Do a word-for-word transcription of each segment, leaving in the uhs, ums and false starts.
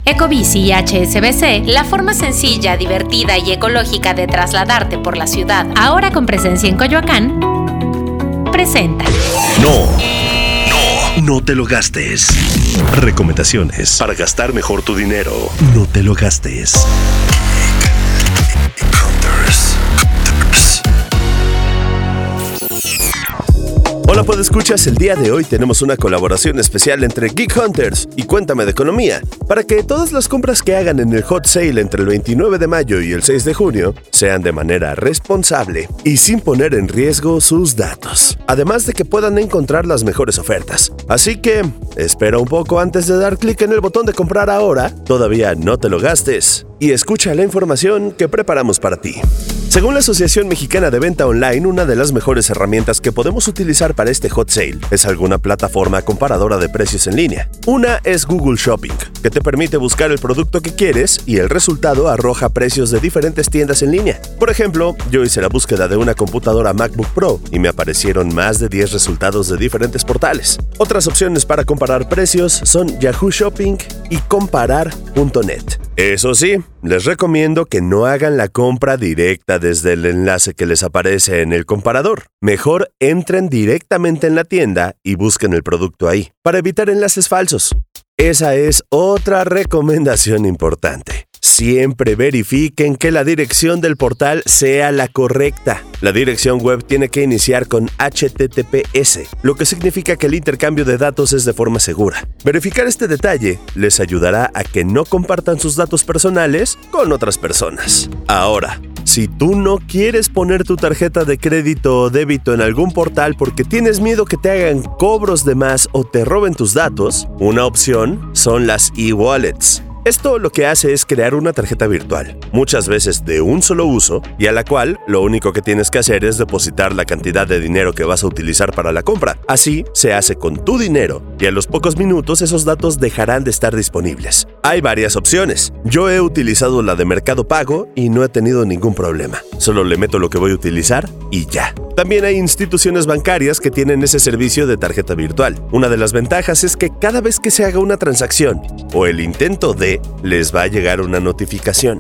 Ecobici y H S B C, la forma sencilla, divertida y ecológica de trasladarte por la ciudad, ahora con presencia en Coyoacán, presenta. No, no, no te lo gastes. Recomendaciones para gastar mejor tu dinero. No te lo gastes. Hola podescuchas, el día de hoy tenemos una colaboración especial entre Geek Hunters y Cuéntame de Economía, para que todas las compras que hagan en el Hot Sale entre el veintinueve de mayo y el seis de junio sean de manera responsable y sin poner en riesgo sus datos, además de que puedan encontrar las mejores ofertas. Así que, espera un poco antes de dar clic en el botón de comprar ahora, todavía no te lo gastes, y escucha la información que preparamos para ti. Según la Asociación Mexicana de Venta Online, una de las mejores herramientas que podemos utilizar para este hot sale es alguna plataforma comparadora de precios en línea. Una es Google Shopping, que te permite buscar el producto que quieres y el resultado arroja precios de diferentes tiendas en línea. Por ejemplo, yo hice la búsqueda de una computadora MacBook Pro y me aparecieron más de diez resultados de diferentes portales. Otras opciones para comparar precios son Yahoo Shopping y comparar punto net. Eso sí, les recomiendo que no hagan la compra directa desde el enlace que les aparece en el comparador. Mejor entren directamente en la tienda y busquen el producto ahí, para evitar enlaces falsos. Esa es otra recomendación importante. Siempre verifiquen que la dirección del portal sea la correcta. La dirección web tiene que iniciar con H T T P S, lo que significa que el intercambio de datos es de forma segura. Verificar este detalle les ayudará a que no compartan sus datos personales con otras personas. Ahora, si tú no quieres poner tu tarjeta de crédito o débito en algún portal porque tienes miedo que te hagan cobros de más o te roben tus datos, una opción son las e-wallets. Esto lo que hace es crear una tarjeta virtual, muchas veces de un solo uso, y a la cual lo único que tienes que hacer es depositar la cantidad de dinero que vas a utilizar para la compra. Así se hace con tu dinero, y a los pocos minutos esos datos dejarán de estar disponibles. Hay varias opciones. Yo he utilizado la de Mercado Pago y no he tenido ningún problema. Solo le meto lo que voy a utilizar y ya. También hay instituciones bancarias que tienen ese servicio de tarjeta virtual. Una de las ventajas es que cada vez que se haga una transacción o el intento de, les va a llegar una notificación.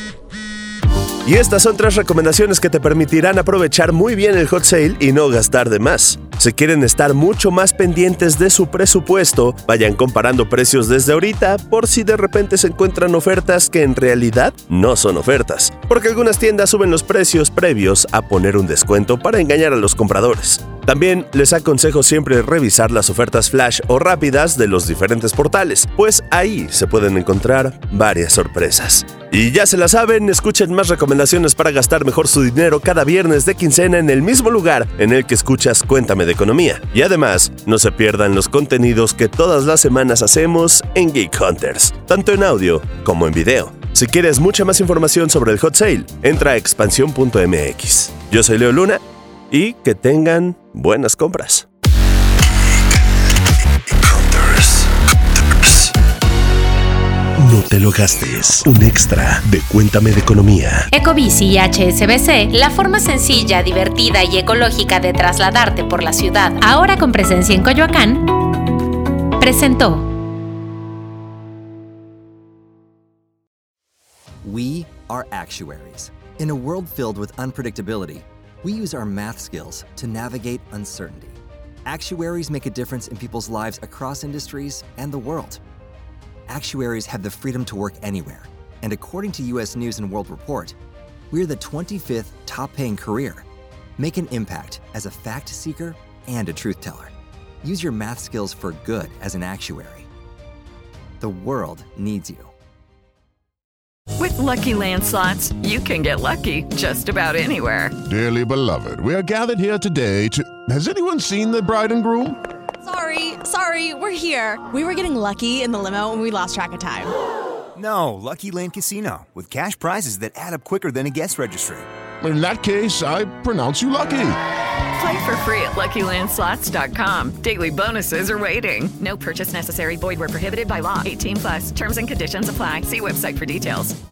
Y estas son tres recomendaciones que te permitirán aprovechar muy bien el hot sale y no gastar de más. Si quieren estar mucho más pendientes de su presupuesto, vayan comparando precios desde ahorita por si de repente se encuentran ofertas que en realidad no son ofertas, porque algunas tiendas suben los precios previos a poner un descuento para engañar a los compradores. También les aconsejo siempre revisar las ofertas flash o rápidas de los diferentes portales, pues ahí se pueden encontrar varias sorpresas. Y ya se la saben, escuchen más recomendaciones para gastar mejor su dinero cada viernes de quincena en el mismo lugar en el que escuchas Cuéntame de Economía. Y además, no se pierdan los contenidos que todas las semanas hacemos en Geek Hunters, tanto en audio como en video. Si quieres mucha más información sobre el hot sale, entra a expansión punto m x. Yo soy Leo Luna y que tengan buenas compras. No te lo gastes. Un extra de Cuéntame de Economía. Ecobici y H S B C, la forma sencilla, divertida y ecológica de trasladarte por la ciudad, ahora con presencia en Coyoacán, presentó. We are actuaries. In a world filled with unpredictability, we use our math skills to navigate uncertainty. Actuaries make a difference in people's lives across industries and the world. Actuaries have the freedom to work anywhere, and according to U S News and World Report, we're the twenty-fifth top-paying career. Make an impact as a fact seeker and a truth teller. Use your math skills for good as an actuary. The world needs you. With Lucky Land Slots, you can get lucky just about anywhere. Dearly beloved, we are gathered here today to... Has anyone seen the bride and groom? Sorry, sorry, we're here. We were getting lucky in the limo and we lost track of time. No, Lucky Land Casino, with cash prizes that add up quicker than a guest registry. In that case, I pronounce you lucky. Play for free at lucky land slots dot com. Daily bonuses are waiting. No purchase necessary. Void where prohibited by law. eighteen plus. Terms and conditions apply. See website for details.